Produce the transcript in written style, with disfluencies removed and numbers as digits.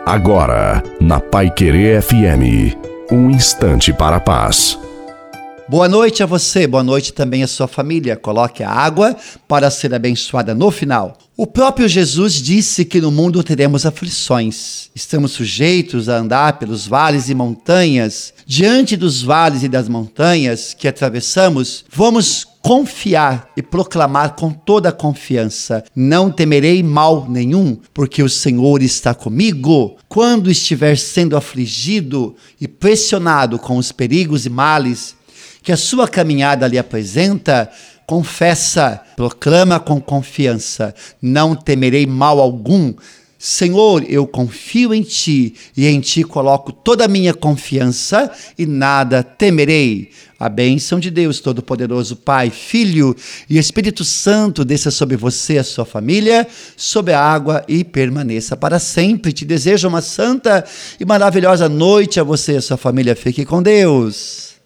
Agora, na Paiquerê FM, um instante para a paz. Boa noite a você, boa noite também à sua família. Coloque a água para ser abençoada no final. O próprio Jesus disse que no mundo teremos aflições. Estamos sujeitos a andar pelos vales e montanhas. Diante dos vales e das montanhas que atravessamos, vamos confiar e proclamar com toda a confiança: não temerei mal nenhum, porque o Senhor está comigo. Quando estiver sendo afligido e pressionado com os perigos e males que a sua caminhada lhe apresenta, confessa, proclama com confiança: não temerei mal algum. Senhor, eu confio em Ti e em Ti coloco toda a minha confiança e nada temerei. A bênção de Deus Todo-Poderoso, Pai, Filho e Espírito Santo desça sobre você, a sua família, sobre a água e permaneça para sempre. Te desejo uma santa e maravilhosa noite a você e a sua família. Fique com Deus.